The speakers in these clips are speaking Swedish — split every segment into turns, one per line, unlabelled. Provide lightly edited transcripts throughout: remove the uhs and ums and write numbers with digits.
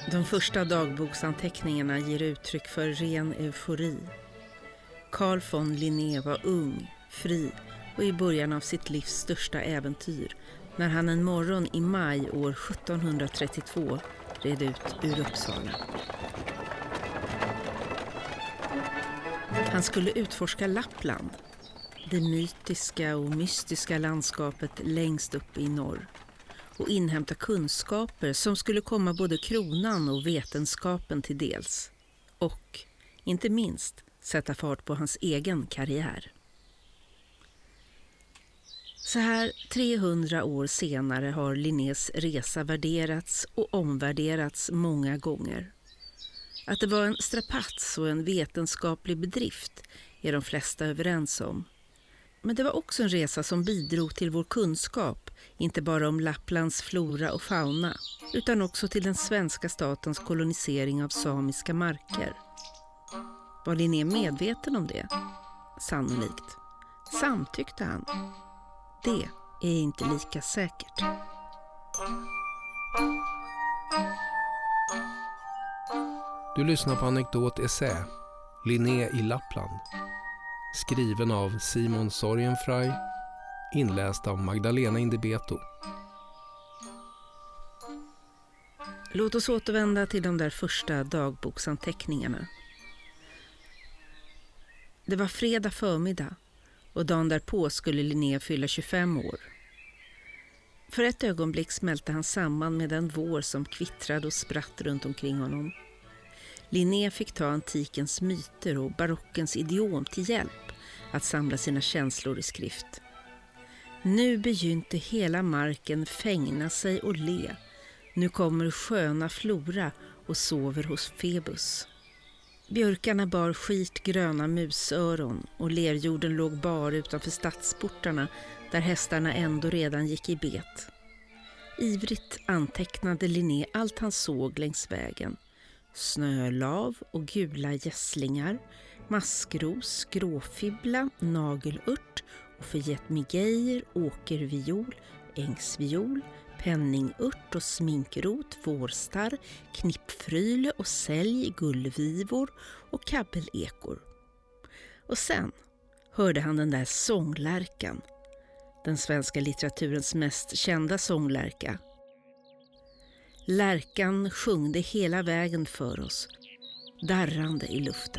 De första dagboksanteckningarna ger uttryck för ren eufori. Carl von Linné var ung, fri och i början av sitt livs största äventyr när han en morgon i maj år 1732 red ut ur Uppsala. Han skulle utforska Lappland, det mytiska och mystiska landskapet längst upp i norr, och inhämta kunskaper som skulle komma både kronan och vetenskapen till dels. Och, inte minst, sätta fart på hans egen karriär. Så här 300 år senare har Linnés resa värderats och omvärderats många gånger. Att det var en strapats och en vetenskaplig bedrift är de flesta överens om. Men det var också en resa som bidrog till vår kunskap, inte bara om Lapplands flora och fauna, utan också till den svenska statens kolonisering av samiska marker. Var Linné medveten om det? Sannolikt. Samtyckte han? Det är inte lika säkert.
Du lyssnar på Anekdot Essä, Linné i Lappland. Skriven av Simon Sorgenfrey, inläst av Magdalena Indebeto.
Låt oss återvända till de där första dagboksanteckningarna. Det var fredag förmiddag och dagen därpå skulle Linné fylla 25 år. För ett ögonblick smälte han samman med den vår som kvittrade och spratt runt omkring honom. Linné fick ta antikens myter och barockens idiom till hjälp att samla sina känslor i skrift. Nu begynte hela marken fängna sig och le. Nu kommer sköna Flora och sover hos Febus. Björkarna bar skitgröna musöron och lerjorden låg bar utanför stadsportarna där hästarna ändå redan gick i bet. Ivrigt antecknade Linné allt han såg längs vägen. Snölav och gula gässlingar, maskros, gråfibbla, nagelört och förgetmigejer, åkerviol, ängsviol, penningört och sminkrot, vårstarr, knippfryle och sälj, gullvivor och kabbelekor. Och sen hörde han den där sånglärkan, den svenska litteraturens mest kända sånglärka. Lärkan sjungde hela vägen för oss, darrande i luften.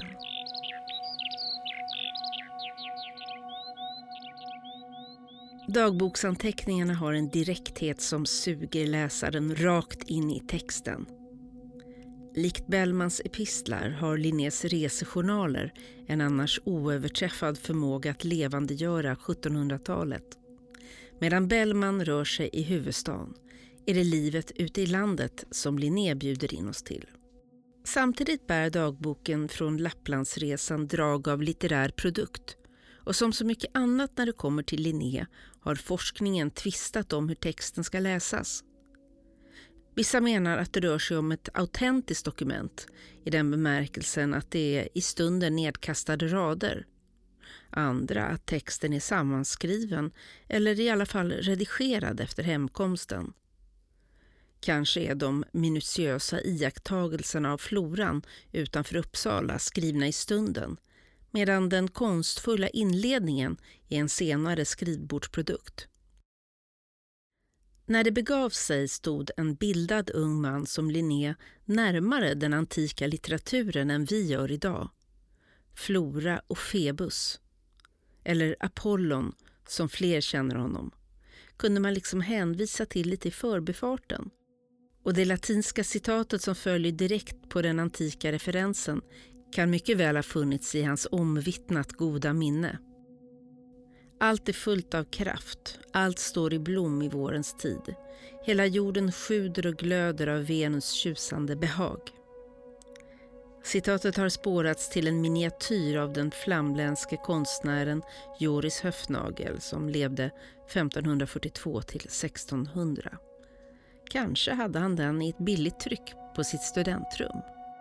Dagboksanteckningarna har en direkthet som suger läsaren rakt in i texten. Likt Bellmans epistlar har Linnés resejournaler en annars oöverträffad förmåga att levandegöra 1700-talet. Medan Bellman rör sig i huvudstaden är det livet ute i landet som Linné bjuder in oss till. Samtidigt bär dagboken från Lapplandsresan drag av litterär produkt. Och som så mycket annat när det kommer till Linné har forskningen tvistat om hur texten ska läsas. Vissa menar att det rör sig om ett autentiskt dokument i den bemärkelsen att det är i stunden nedkastade rader. Andra att texten är sammanskriven eller i alla fall redigerad efter hemkomsten. Kanske är de minutiösa iakttagelserna av floran utanför Uppsala skrivna i stunden, medan den konstfulla inledningen är en senare skrivbordsprodukt. När det begav sig stod en bildad ung man som Linné närmare den antika litteraturen än vi gör idag. Flora och Febus, eller Apollon som fler känner honom, kunde man liksom hänvisa till lite i förbifarten. Och det latinska citatet som följer direkt på den antika referensen kan mycket väl ha funnits i hans omvittnat goda minne. Allt är fullt av kraft, allt står i blom i vårens tid. Hela jorden sjuder och glöder av Venus tjusande behag. Citatet har spårats till en miniatyr av den flamländske konstnären Joris Höfnagel som levde 1542 till 1600. Kanske hade han den i ett billigt tryck på sitt studentrum.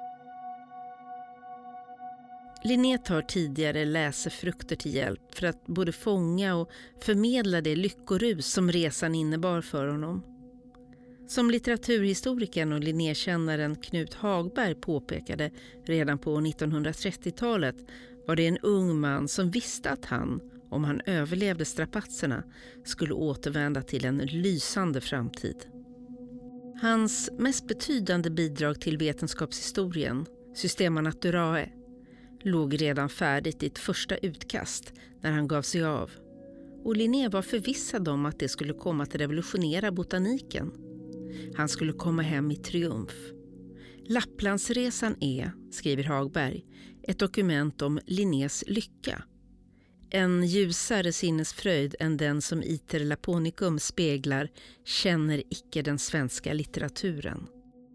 Linné tar tidigare läsefrukter till hjälp för att både fånga och förmedla det lyckorus som resan innebar för honom. Som litteraturhistorikern och Linnékännaren Knut Hagberg påpekade redan på 1930-talet var det en ung man som visste att han, om han överlevde strapatserna, skulle återvända till en lysande framtid. Hans mest betydande bidrag till vetenskapshistorien, Systema Naturae, låg redan färdigt i ett första utkast när han gav sig av. Och Linné var förvissad om att det skulle komma att revolutionera botaniken. Han skulle komma hem i triumf. Lapplandsresan är, skriver Hagberg, ett dokument om Linnés lycka. En ljusare sinnesfröjd än den som Iter Laponicum speglar känner icke den svenska litteraturen.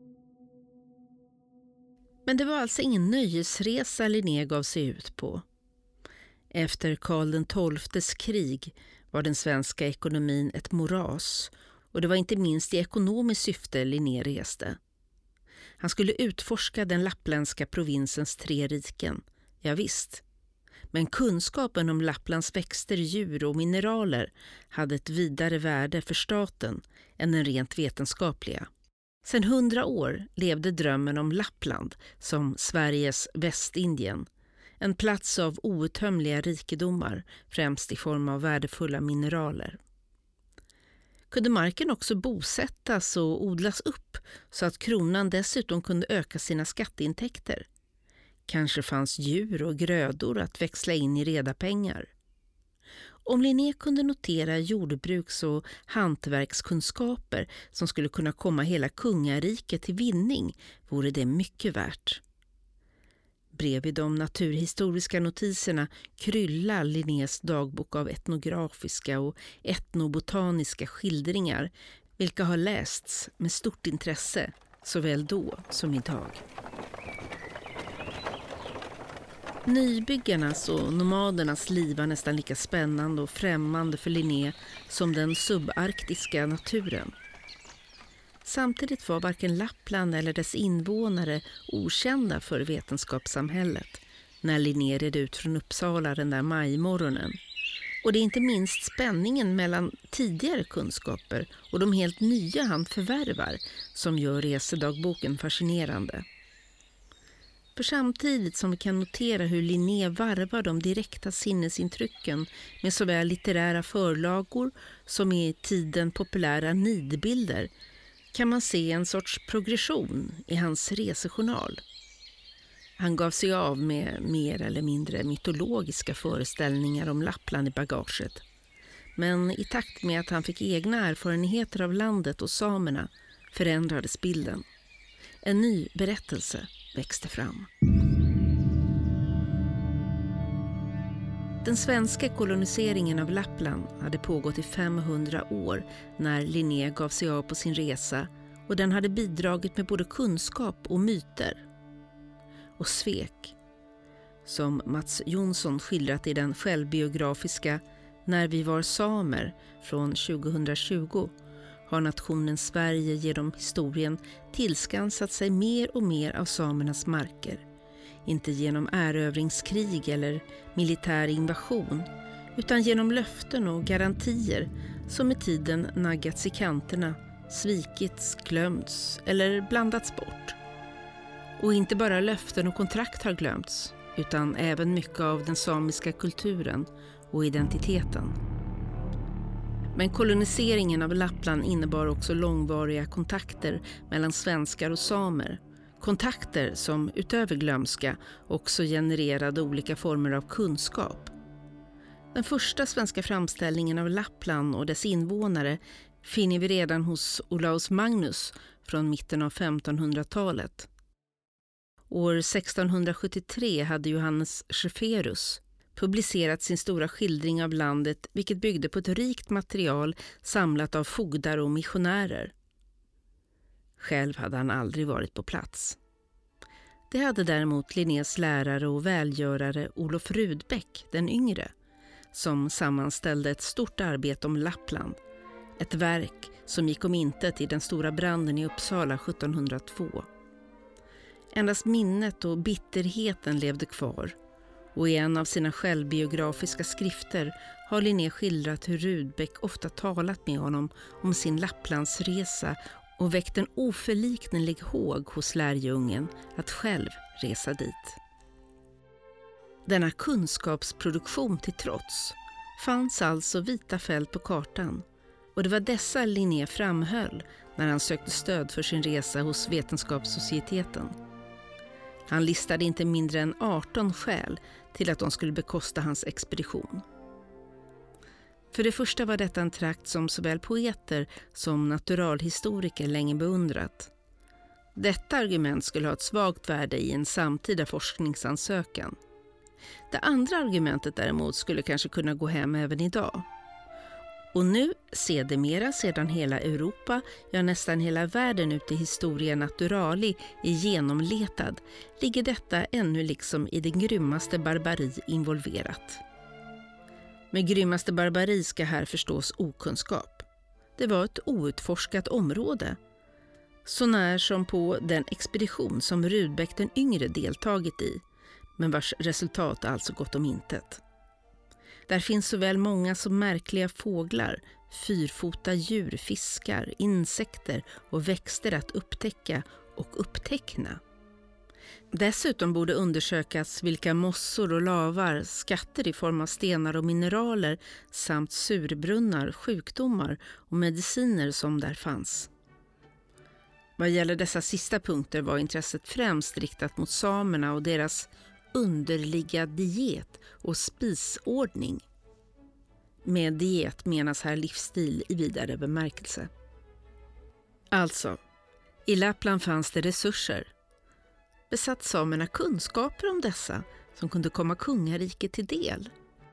Men det var alltså ingen nöjesresa Linné gav sig ut på. Efter Karl XII:s krig var den svenska ekonomin ett moras, och det var inte minst i ekonomiskt syfte Linné reste. Han skulle utforska den lappländska provinsens 3 riken, ja visst. Men kunskapen om Lapplands växter, djur och mineraler hade ett vidare värde för staten än den rent vetenskapliga. Sedan 100 år levde drömmen om Lappland som Sveriges Västindien, en plats av outtömliga rikedomar, främst i form av värdefulla mineraler. Kunde marken också bosättas och odlas upp så att kronan dessutom kunde öka sina skatteintäkter? Kanske fanns djur och grödor att växla in i reda pengar. Om Linné kunde notera jordbruks- och hantverkskunskaper som skulle kunna komma hela kungariket till vinning vore det mycket värt. Bredvid de naturhistoriska notiserna kryllar Linnés dagbok av etnografiska och etnobotaniska skildringar, vilka har lästs med stort intresse såväl då som idag. Nybyggarnas och nomadernas liv var nästan lika spännande och främmande för Linné som den subarktiska naturen. Samtidigt var varken Lappland eller dess invånare okända för vetenskapssamhället när Linné red ut från Uppsala den där majmorgonen. Och det är inte minst spänningen mellan tidigare kunskaper och de helt nya han förvärvar som gör resedagboken fascinerande. För samtidigt som vi kan notera hur Linné varvar de direkta sinnesintrycken med såväl litterära förlagor som i tiden populära nidbilder kan man se en sorts progression i hans resejournal. Han gav sig av med mer eller mindre mytologiska föreställningar om Lappland i bagaget. Men i takt med att han fick egna erfarenheter av landet och samerna förändrades bilden. En ny berättelse växte fram. Den svenska koloniseringen av Lappland hade pågått i 500 år när Linné gav sig av på sin resa, och den hade bidragit med både kunskap och myter. Och svek, som Mats Jonsson skildrat i den självbiografiska När vi var samer från 2020, har nationen Sverige genom historien tillskansat sig mer och mer av samernas marker. Inte genom erövringskrig eller militär invasion, utan genom löften och garantier som med tiden naggats i kanterna, svikits, glömts eller blandats bort. Och inte bara löften och kontrakt har glömts, utan även mycket av den samiska kulturen och identiteten. Men koloniseringen av Lappland innebar också långvariga kontakter mellan svenskar och samer. Kontakter som utöver glömska också genererade olika former av kunskap. Den första svenska framställningen av Lappland och dess invånare finner vi redan hos Olaus Magnus från mitten av 1500-talet. År 1673 hade Johannes Schaeferus publicerat sin stora skildring av landet, vilket byggde på ett rikt material samlat av fogdar och missionärer. Själv hade han aldrig varit på plats. Det hade däremot Linnés lärare och välgörare Olof Rudbeck, den yngre, som sammanställde ett stort arbete om Lappland. Ett verk som gick om intet i den stora branden i Uppsala 1702. Endast minnet och bitterheten levde kvar, och i en av sina självbiografiska skrifter har Linné skildrat hur Rudbeck ofta talat med honom om sin Lapplandsresa och väckt en oförliknelig håg hos lärjungen att själv resa dit. Denna kunskapsproduktion till trots fanns alltså vita fält på kartan, och det var dessa Linné framhöll när han sökte stöd för sin resa hos Vetenskapssocieteten. Han listade inte mindre än 18 skäl till att de skulle bekosta hans expedition. För det första var detta en trakt som såväl poeter som naturalhistoriker länge beundrat. Detta argument skulle ha ett svagt värde i en samtida forskningsansökan. Det andra argumentet däremot skulle kanske kunna gå hem även idag. Och nu, sedermera sedan hela Europa, ja nästan hela världen ute i historia naturali är genomletad, ligger detta ännu liksom i den grymmaste barbari involverat. Med grymmaste barbari ska här förstås okunskap. Det var ett outforskat område, så när som på den expedition som Rudbeck den yngre deltagit i, men vars resultat alltså gått om intet. Där finns såväl många som märkliga fåglar, fyrfota djur, fiskar, insekter och växter att upptäcka och uppteckna. Dessutom borde undersökas vilka mossor och lavar, skatter i form av stenar och mineraler samt surbrunnar, sjukdomar och mediciner som där fanns. Vad gäller dessa sista punkter var intresset främst riktat mot samerna och deras underliga diet och spisordning. Med diet menas här livsstil i vidare bemärkelse. Alltså, i Lappland fanns det resurser. Besatt samerna kunskaper om dessa som kunde komma kungariket till del?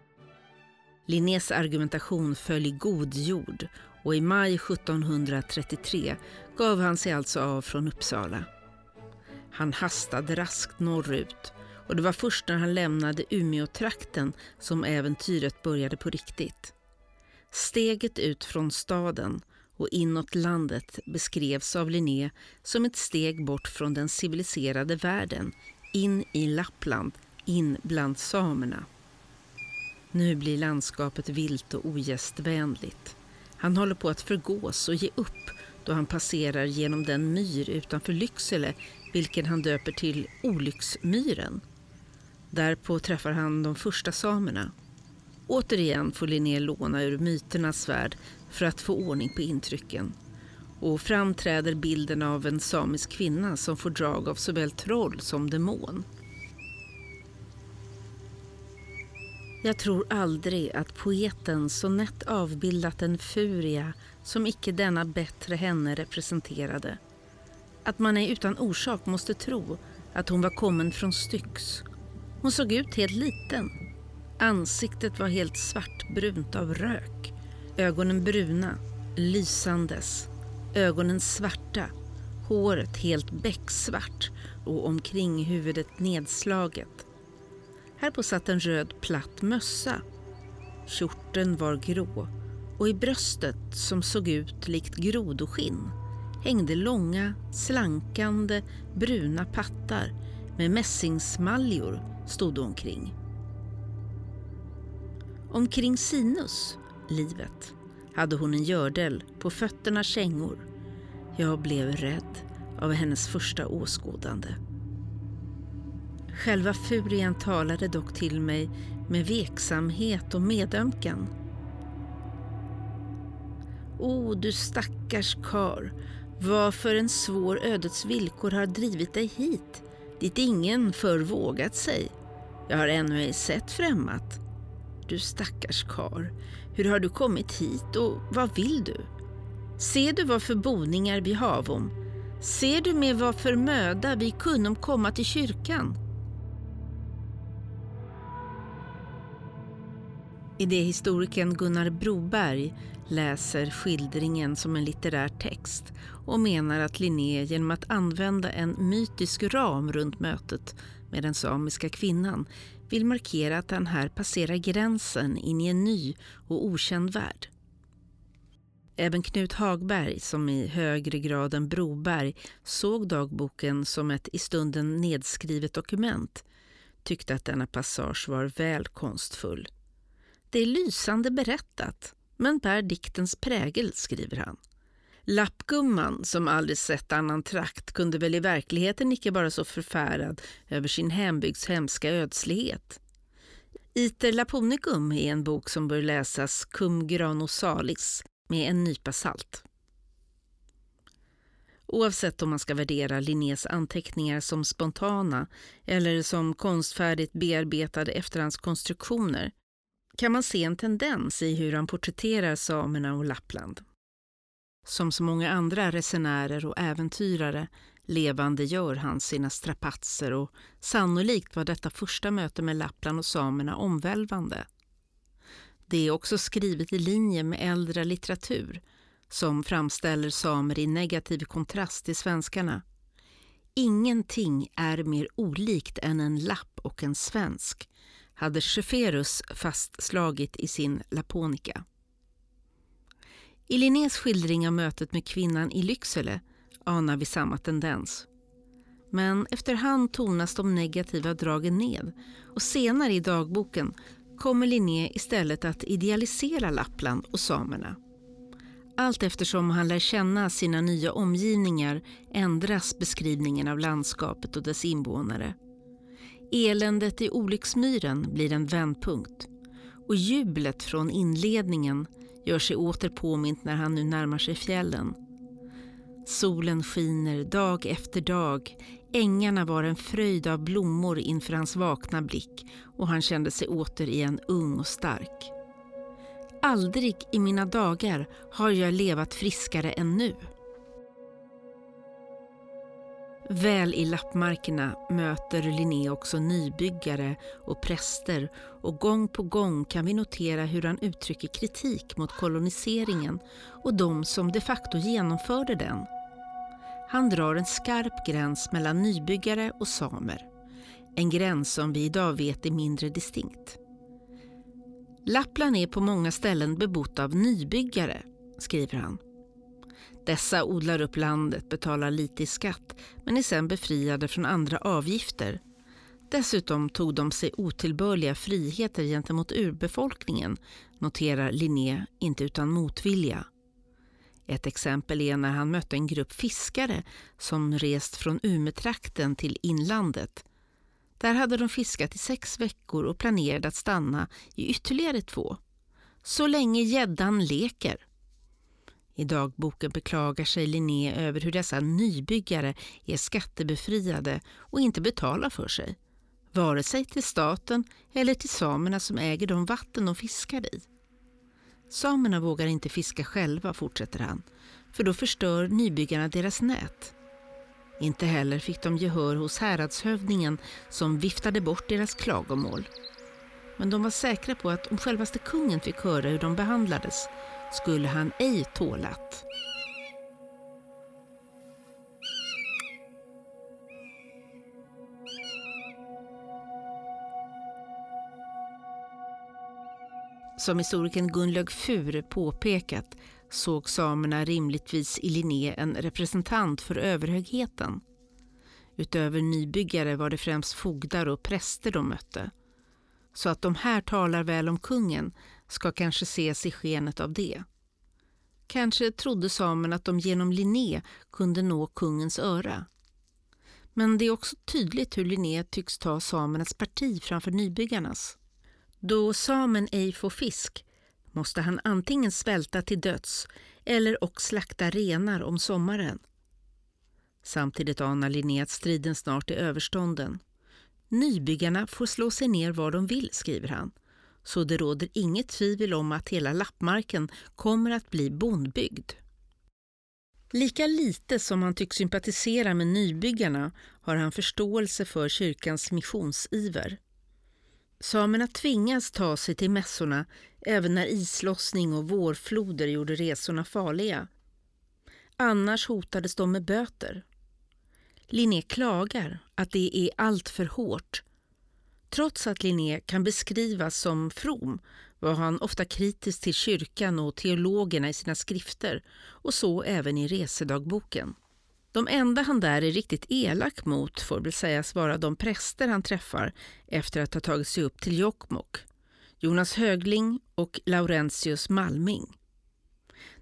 Linnés argumentation föll i god jord och i maj 1733 gav han sig alltså av från Uppsala. Han hastade raskt norrut, och det var först när han lämnade Umeå-trakten som äventyret började på riktigt. Steget ut från staden och inåt landet beskrevs av Linné som ett steg bort från den civiliserade världen, in i Lappland, in bland samerna. Nu blir landskapet vilt och ogästvänligt. Han håller på att förgås och ge upp då han passerar genom den myr utanför Lycksele, vilken han döper till Olycksmyren. Därpå träffar han de första samerna. Återigen får Linné låna ur myternas värld för att få ordning på intrycken. Och framträder bilden av en samisk kvinna som får drag av såväl troll som demon. Jag tror aldrig att poeten så nätt avbildat en furia som icke denna bättre henne representerade. Att man är utan orsak måste tro att hon var kommen från Styx. Hon såg ut helt liten. Ansiktet var helt svartbrunt av rök. Ögonen bruna, lysandes. Ögonen svarta. Håret helt becksvart och omkring huvudet nedslaget. Här på satt en röd platt mössa. Kjorten var grå och i bröstet, som såg ut likt grodoskinn, hängde långa, slankande, bruna pattar med mässingsmaljor stod omkring. Omkring sinus, livet, hade hon en gördel, på fötterna kängor. Jag blev rädd av hennes första åskådande. Själva furien talade dock till mig med veksamhet och medömkan. O, du stackars kar, vad för en svår ödets villkor har drivit dig hit, dit ingen förr vågat sig. Jag har ännu ej sett främmat. Du stackars kar, hur har du kommit hit och vad vill du? Ser du vad för boningar vi havom? Ser du med vad för möda vi kunnom komma till kyrkan? Idéhistorikern Gunnar Broberg läser skildringen som en litterär text och menar att Linné genom att använda en mytisk ram runt mötet med den samiska kvinnan vill markera att han här passerar gränsen in i en ny och okänd värld. Även Knut Hagberg, som i högre grad än Broberg såg dagboken som ett i stunden nedskrivet dokument, tyckte att denna passage var väl konstfull. Det är lysande berättat, men bär diktens prägel, skriver han. Lappgumman, som aldrig sett annan trakt, kunde väl i verkligheten icke bara så förfärad över sin hembygds hemska ödslighet. Iter Lapponicum är en bok som bör läsas cum grano salis med en nypa salt. Oavsett om man ska värdera Linnés anteckningar som spontana eller som konstfärdigt bearbetade efterhandskonstruktioner kan man se en tendens i hur han porträtterar samerna och Lappland. Som så många andra resenärer och äventyrare levande gör han sina strapatser och sannolikt var detta första möte med Lappland och samerna omvälvande. Det är också skrivet i linje med äldre litteratur som framställer samer i negativ kontrast till svenskarna. Ingenting är mer olikt än en lapp och en svensk, hade Schaeferus fastslagit i sin Lapponica. I Linnés skildring av mötet med kvinnan i Lycksele anar vi samma tendens. Men efterhand tonas de negativa dragen ned och senare i dagboken kommer Linné istället att idealisera Lappland och samerna. Allt eftersom han lär känna sina nya omgivningar ändras beskrivningen av landskapet och dess invånare. Eländet i Olycksmyren blir en vändpunkt och jublet från inledningen gör sig åter påmint när han nu närmar sig fjällen. Solen skiner dag efter dag, ängarna var en fröjd av blommor inför hans vakna blick och han kände sig återigen ung och stark. Aldrig i mina dagar har jag levat friskare än nu. Väl i lappmarkerna möter Linné också nybyggare och präster och gång på gång kan vi notera hur han uttrycker kritik mot koloniseringen och de som de facto genomförde den. Han drar en skarp gräns mellan nybyggare och samer. En gräns som vi idag vet är mindre distinkt. Lappland är på många ställen bebott av nybyggare, skriver han. Dessa odlar upp landet, betalar lite i skatt men är sedan befriade från andra avgifter. Dessutom tog de sig otillbörliga friheter gentemot urbefolkningen, noterar Linné inte utan motvilja. Ett exempel är när han mötte en grupp fiskare som rest från Umetrakten till inlandet. Där hade de fiskat i 6 veckor och planerade att stanna i ytterligare 2. Så länge gäddan leker. I dagboken beklagar sig Linné över hur dessa nybyggare är skattebefriade och inte betalar för sig, vare sig till staten eller till samerna som äger de vatten de fiskar i. Samerna vågar inte fiska själva, fortsätter han, för då förstör nybyggarna deras nät. Inte heller fick de gehör hos häradshövdingen som viftade bort deras klagomål. Men de var säkra på att om självaste kungen fick höra hur de behandlades skulle han ej tålat. Som historikern Gunnlaug Fur påpekat såg samerna rimligtvis i Linné en representant för överhögheten. Utöver nybyggare var det främst fogdar och präster de mötte. Så att de här talar väl om kungen ska kanske ses i skenet av det. Kanske trodde samerna att de genom Linné kunde nå kungens öra. Men det är också tydligt hur Linné tycks ta samernas parti framför nybyggarnas. Då samen ej får fisk måste han antingen svälta till döds eller och slakta renar om sommaren. Samtidigt anar Linné att striden snart är överstånden. Nybyggarna får slå sig ner var de vill, skriver han. Så det råder inget tvivel om att hela lappmarken kommer att bli bondbyggd. Lika lite som han tycks sympatisera med nybyggarna har han förståelse för kyrkans missionsiver. Samerna tvingas ta sig till mässorna även när islossning och vårfloder gjorde resorna farliga. Annars hotades de med böter. Linné klagar att det är allt för hårt. Trots att Linné kan beskrivas som from var han ofta kritisk till kyrkan och teologerna i sina skrifter och så även i resedagboken. De enda han där är riktigt elak mot får väl sägas vara de präster han träffar efter att ha tagit sig upp till Jokkmokk, Jonas Högling och Laurentius Malming.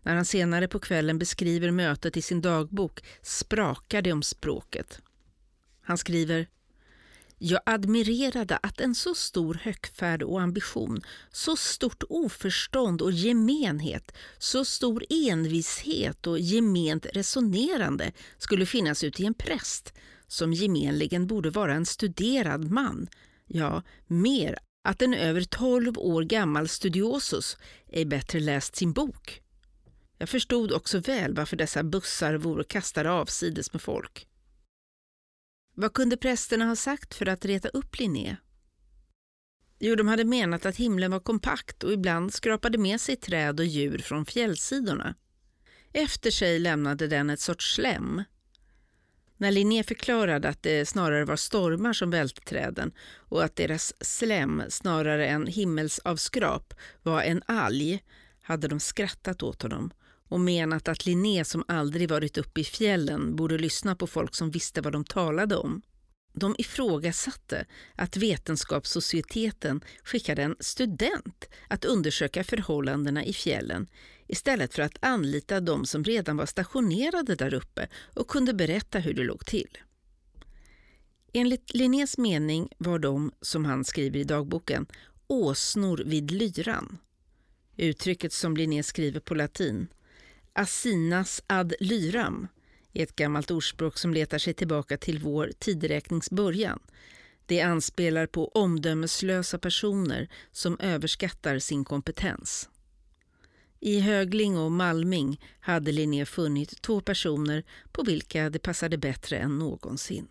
När han senare på kvällen beskriver mötet i sin dagbok sprakar det om språket. Han skriver: Jag admirerade att en så stor högfärd och ambition, så stort oförstånd och gemenhet, så stor envishet och gement resonerande skulle finnas ute i en präst, som gemenligen borde vara en studerad man, ja, mer att en över 12 år gammal studiosus ej bättre läst sin bok. Jag förstod också väl varför dessa bussar vore kastade avsides med folk. Vad kunde prästerna ha sagt för att reta upp Linné? Jo, de hade menat att himlen var kompakt och ibland skrapade med sig träd och djur från fjällsidorna. Efter sig lämnade den ett sorts slem. När Linné förklarade att det snarare var stormar som välte träden och att deras slem snarare än himmelsavskrap var en alg, hade de skrattat åt honom och menat att Linné som aldrig varit uppe i fjällen borde lyssna på folk som visste vad de talade om. De ifrågasatte att Vetenskapssocieteten skickade en student att undersöka förhållandena i fjällen istället för att anlita de som redan var stationerade där uppe och kunde berätta hur det låg till. Enligt Linnés mening var de, som han skriver i dagboken, åsnor vid lyran. Uttrycket som Linné skriver på latin, asinas ad lyram, är ett gammalt ordspråk som letar sig tillbaka till vår tideräknings början. Det anspelar på omdömeslösa personer som överskattar sin kompetens. I Högling och Malming hade Linné funnit 2 personer på vilka det passade bättre än någonsin.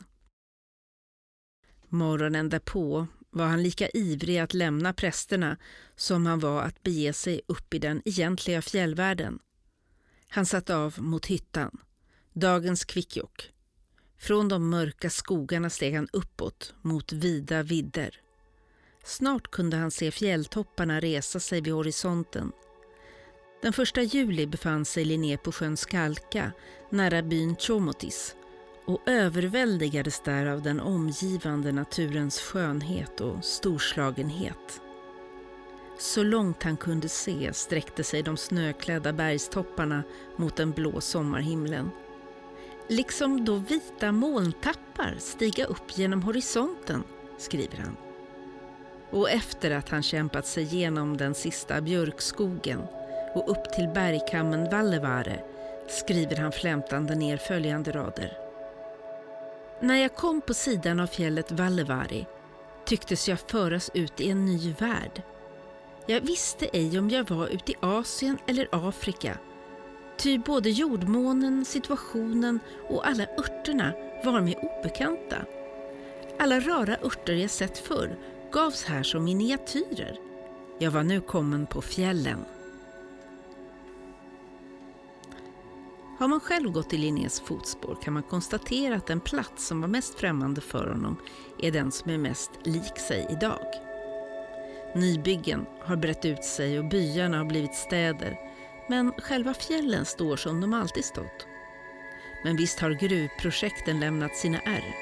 Morgonen därpå var han lika ivrig att lämna prästerna som han var att bege sig upp i den egentliga fjällvärlden. Han satt av mot hyttan, dagens Kvikkjokk. Från de mörka skogarna steg han uppåt mot vida vidder. Snart kunde han se fjälltopparna resa sig vid horisonten. Den 1 juli befann sig Linné på sjön Skalka, nära byn Tjåmotis, och överväldigades där av den omgivande naturens skönhet och storslagenhet. Så långt han kunde se sträckte sig de snöklädda bergstopparna mot den blå sommarhimlen. Liksom då vita molntappar stiga upp genom horisonten, skriver han. Och efter att han kämpat sig genom den sista björkskogen och upp till bergkammen Vallevare skriver han flämtande ner följande rader. När jag kom på sidan av fjället Vallevari tycktes jag föras ut i en ny värld. Jag visste ej om jag var ute i Asien eller Afrika, ty både jordmånen, situationen och alla örterna var mig obekanta. Alla rara örter jag sett förr gavs här som miniatyrer. Jag var nu kommen på fjällen. Har man själv gått i Linnés fotspår kan man konstatera att den plats som var mest främmande för honom är den som är mest lik sig idag. Nybyggen har brett ut sig och byarna har blivit städer, men själva fjällen står som de alltid stått. Men visst har gruvprojekten lämnat sina ärr.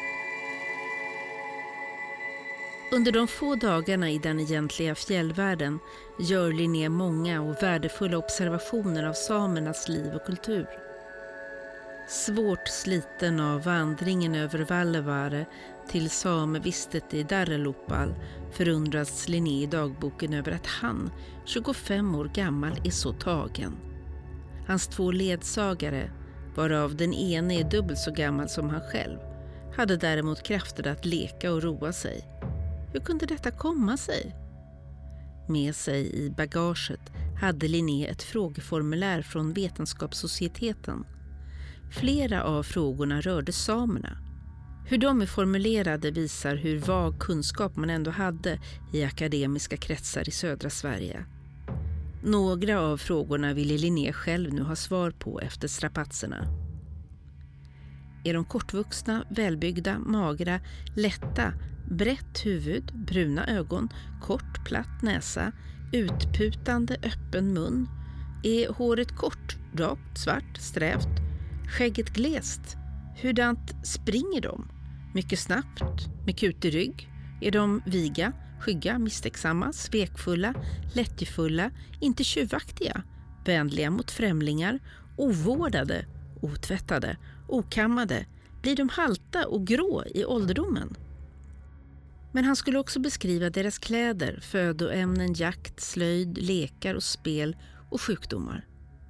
Under de få dagarna i den egentliga fjällvärlden gör Linné många och värdefulla observationer av samernas liv och kultur. Svårt sliten av vandringen över Vallevare till samevistet i Darreloppal förundras Linné i dagboken över att han, 25 år gammal, är så tagen. Hans 2 ledsagare, varav den ene är dubbelt så gammal som han själv, hade däremot krafter att leka och roa sig. Hur kunde detta komma sig? Med sig i bagaget hade Linné ett frågeformulär från Vetenskapssocieteten. Flera av frågorna rörde samerna. Hur de är formulerade visar hur vag kunskap man ändå hade i akademiska kretsar i södra Sverige. Några av frågorna ville Linné själv nu ha svar på efter strapatserna. Är de kortvuxna, välbyggda, magra, lätta, brett huvud, bruna ögon, kort, platt näsa, utputande, öppen mun? Är håret kort, rakt, svart, strävt, skägget glest? Hurdant springer de? Mycket snabbt, med kutig rygg? Är de viga, skygga, misstänksamma, svekfulla, lättjefulla, inte tjuvaktiga? Vänliga mot främlingar, ovårdade, otvättade, okammade, blir de halta och grå i ålderdomen. Men han skulle också beskriva deras kläder, födoämnen, jakt, slöjd, lekar och spel och sjukdomar.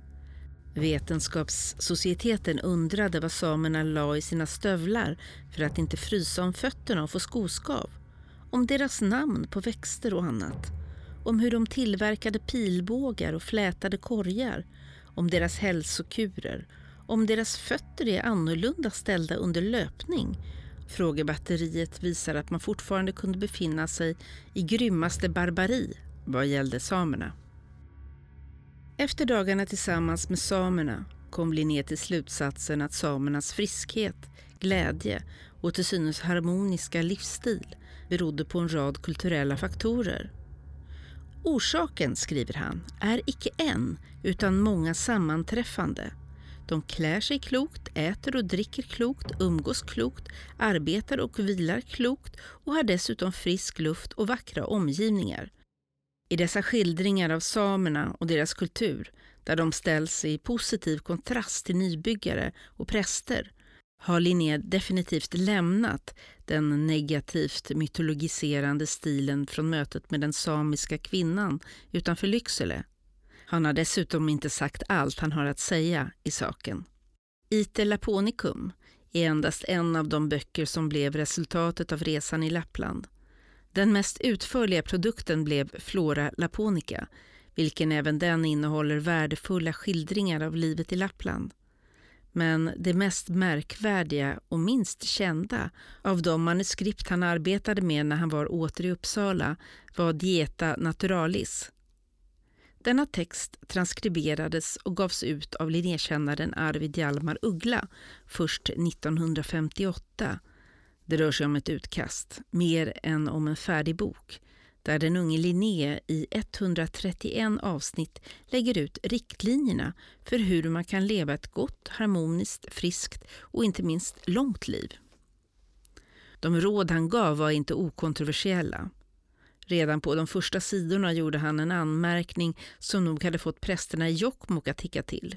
Vetenskapssocieteten undrade vad samerna la i sina stövlar för att inte frysa om fötterna och få skoskav, om deras namn på växter och annat, om hur de tillverkade pilbågar och flätade korgar, om deras hälsokurer, om deras fötter är annorlunda ställda under löpning. Frågebatteriet visar att man fortfarande kunde befinna sig i grymmaste barbari vad gällde samerna. Efter dagarna tillsammans med samerna kom Linné till slutsatsen att samernas friskhet, glädje och till synes harmoniska livsstil berodde på en rad kulturella faktorer. Orsaken, skriver han, är icke en utan många sammanträffande. De klär sig klokt, äter och dricker klokt, umgås klokt, arbetar och vilar klokt och har dessutom frisk luft och vackra omgivningar. I dessa skildringar av samerna och deras kultur, där de ställs i positiv kontrast till nybyggare och präster, har Linné definitivt lämnat den negativt mytologiserande stilen från mötet med den samiska kvinnan utanför Lycksele. Han har dessutom inte sagt allt han har att säga i saken. Ite Laponicum är endast en av de böcker som blev resultatet av resan i Lappland. Den mest utförliga produkten blev Flora Laponica, vilken även den innehåller värdefulla skildringar av livet i Lappland. Men det mest märkvärdiga och minst kända av de manuskript han arbetade med när han var åter i Uppsala var Dieta Naturalis. Denna text transkriberades och gavs ut av Linnékännaren Arvid Hjalmar Uggla först 1958. Det rör sig om ett utkast, mer än om en färdig bok, där den unge Linné i 131 avsnitt lägger ut riktlinjerna för hur man kan leva ett gott, harmoniskt, friskt och inte minst långt liv. De råd han gav var inte okontroversiella. Redan på de första sidorna gjorde han en anmärkning som nog hade fått prästerna i Jokkmokk att ticka till.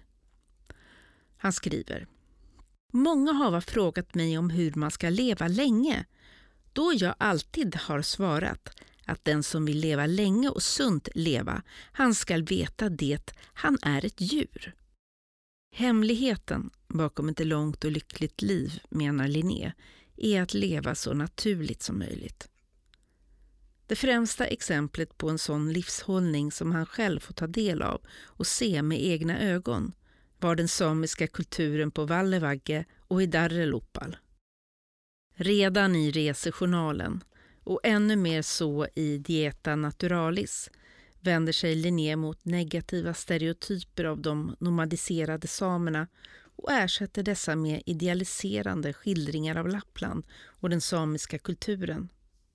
Han skriver: Många har frågat mig om hur man ska leva länge, då jag alltid har svarat att den som vill leva länge och sunt leva, han ska veta det, han är ett djur. Hemligheten bakom ett långt och lyckligt liv, menar Linné, är att leva så naturligt som möjligt. Det främsta exemplet på en sån livshållning som han själv får ta del av och se med egna ögon var den samiska kulturen på Vallevagge och i Darreloppal. Redan i resejournalen, och ännu mer så i Dieta Naturalis, vänder sig Linné mot negativa stereotyper av de nomadiserade samerna och ersätter dessa med idealiserande skildringar av Lappland och den samiska kulturen.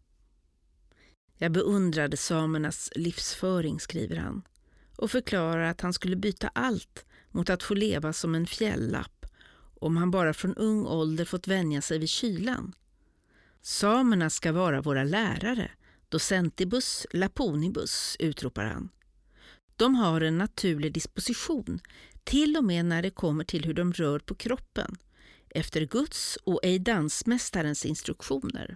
Jag beundrade samernas livsföring, skriver han, och förklarar att han skulle byta allt mot att få leva som en fjällapp om han bara från ung ålder fått vänja sig vid kylan. Samerna ska vara våra lärare, docentibus, laponibus, utropar han. De har en naturlig disposition, till och med när det kommer till hur de rör på kroppen, efter Guds och ej dansmästarens instruktioner.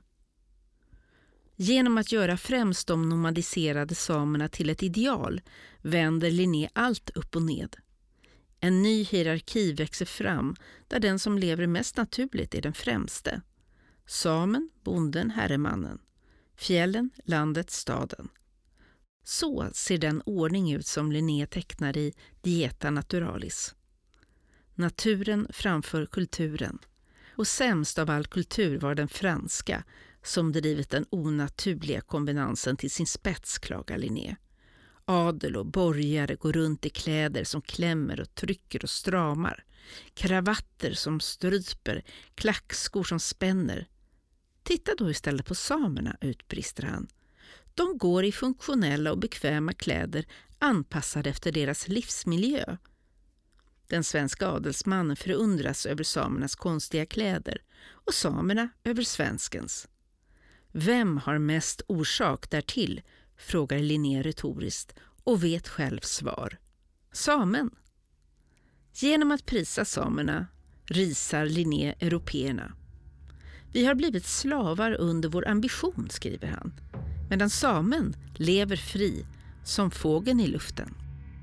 Genom att göra främst de nomadiserade samerna till ett ideal vänder Linné allt upp och ned. En ny hierarki växer fram där den som lever mest naturligt är den främste. Samen, bonden, herremannen. Fjällen, landet, staden. Så ser den ordning ut som Linné tecknar i Dieta Naturalis. Naturen framför kulturen. Och sämst av all kultur var den franska, som drivit den onaturliga kombinansen till sin spets, klagar Linné. Adel och borgare går runt i kläder som klämmer och trycker och stramar. Kravatter som stryper, klackskor som spänner. Titta då istället på samerna, utbrister han. De går i funktionella och bekväma kläder anpassade efter deras livsmiljö. Den svenska adelsmannen förundras över samernas konstiga kläder och samerna över svenskens. Vem har mest orsak därtill, frågar Linné retoriskt och vet själv svar. Samen. Genom att prisa samerna risar Linné européerna. Vi har blivit slavar under vår ambition, skriver han, medan samen lever fri som fågeln i luften.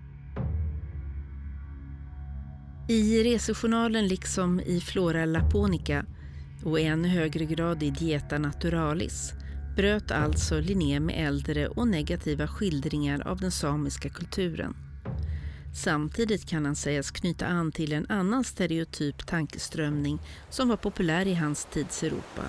I resejournalen liksom i Flora Laponica och i ännu högre grad i Dieta Naturalis bröt alltså Linné med äldre och negativa skildringar av den samiska kulturen. Samtidigt kan han sägas knyta an till en annan stereotyp tankeströmning som var populär i hans tids Europa.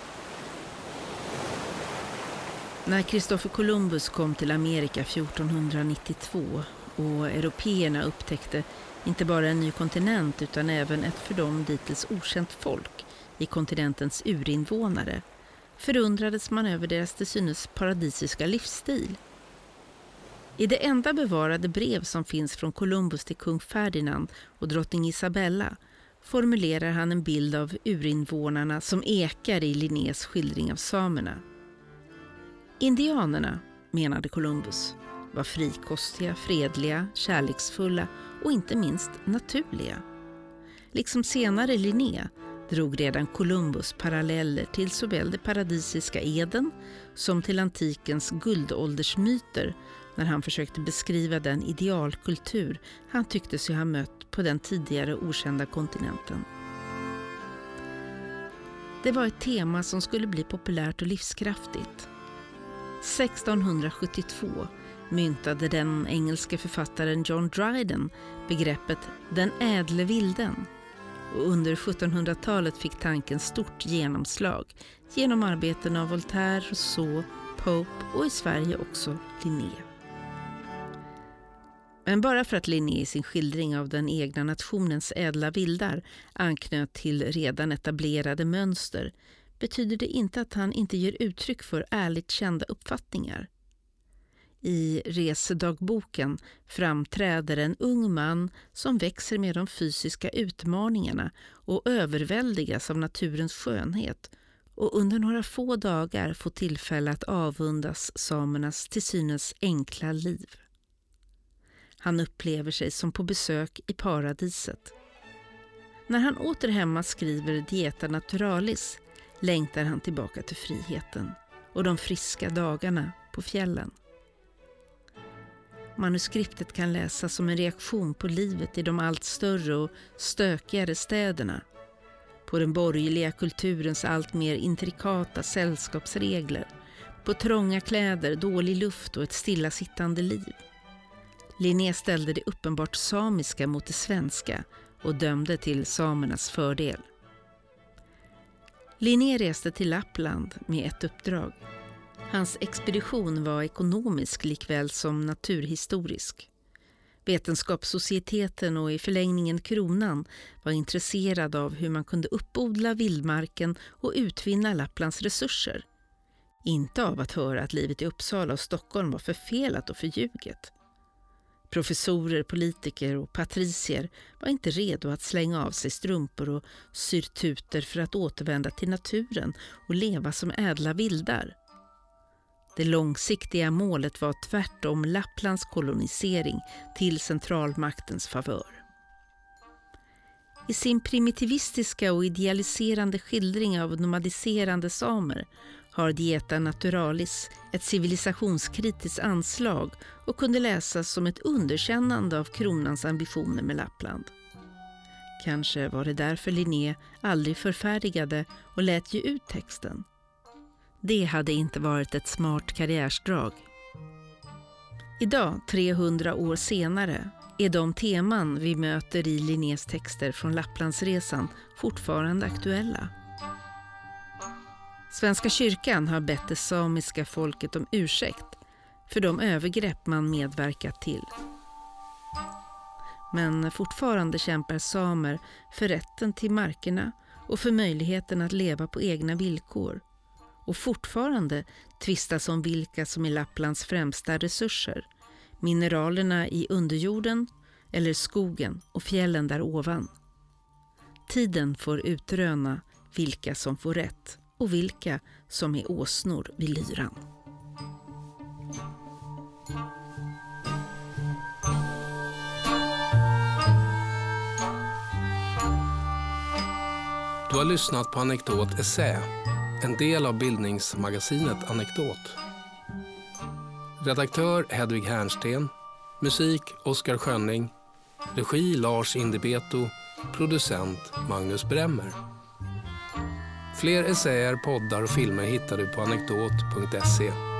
När Kristoffer Columbus kom till Amerika 1492 och européerna upptäckte inte bara en ny kontinent utan även ett för dem dittills okänt folk i kontinentens urinvånare, förundrades man över deras till synes paradisiska livsstil. I det enda bevarade brev som finns från Columbus till kung Ferdinand och drottning Isabella formulerar han en bild av urinvånarna som ekar i Linnés skildring av samerna. Indianerna, menade Columbus, var frikostiga, fredliga, kärleksfulla och inte minst naturliga. Liksom senare Linné drog redan Columbus paralleller till såväl det paradisiska Eden som till antikens guldåldersmyter när han försökte beskriva den idealkultur han tyckte sig ha mött på den tidigare okända kontinenten. Det var ett tema som skulle bli populärt och livskraftigt. 1672 myntade den engelske författaren John Dryden begreppet den ädle vilden, och under 1700-talet fick tanken stort genomslag genom arbeten av Voltaire, Rousseau, Pope och i Sverige också Linné. Men bara för att Linné i sin skildring av den egna nationens ädla vildar anknöt till redan etablerade mönster betyder det inte att han inte ger uttryck för ärligt kända uppfattningar. I resedagboken framträder en ung man som växer med de fysiska utmaningarna och överväldigas av naturens skönhet och under några få dagar får tillfälle att avundas samernas till synes enkla liv. Han upplever sig som på besök i paradiset. När han åter hemma skriver Dieta Naturalis längtar han tillbaka till friheten och de friska dagarna på fjällen. Manuskriptet kan läsas som en reaktion på livet i de allt större och stökigare städerna, på den borgerliga kulturens allt mer intrikata sällskapsregler, på trånga kläder, dålig luft och ett stillasittande liv. Linné ställde det uppenbart samiska mot det svenska och dömde till samernas fördel. Linné reste till Lappland med ett uppdrag. Hans expedition var ekonomisk likväl som naturhistorisk. Vetenskapssocieteten och i förlängningen kronan var intresserad av hur man kunde uppodla vildmarken och utvinna Lapplands resurser. Inte av att höra att livet i Uppsala och Stockholm var förfelat och förljuget. Professorer, politiker och patricier var inte redo att slänga av sig strumpor och syrtuter för att återvända till naturen och leva som ädla vildar. Det långsiktiga målet var tvärtom Lapplands kolonisering till centralmaktens favör. I sin primitivistiska och idealiserande skildring av nomadiserande samer har Dieta Naturalis ett civilisationskritiskt anslag och kunde läsas som ett underkännande av kronans ambitioner med Lappland. Kanske var det därför Linné aldrig förfärdigade och lät ge ut texten. Det hade inte varit ett smart karriärsdrag. Idag, 300 år senare, är de teman vi möter i Linnés texter från Lapplandsresan fortfarande aktuella. Svenska kyrkan har bett det samiska folket om ursäkt för de övergrepp man medverkat till. Men fortfarande kämpar samer för rätten till markerna och för möjligheten att leva på egna villkor. Och fortfarande tvistas om vilka som är Lapplands främsta resurser, mineralerna i underjorden eller skogen och fjällen där ovan. Tiden får utröna vilka som får rätt och vilka som är åsnor vid lyran.
Du har lyssnat på Anekdot Essä, en del av bildningsmagasinet Anekdot. Redaktör Hedvig Härnsten, musik Oskar Schönning, regi Lars Indebeto, producent Magnus Bremmer. Fler essäer, poddar och filmer hittar du på anekdot.se.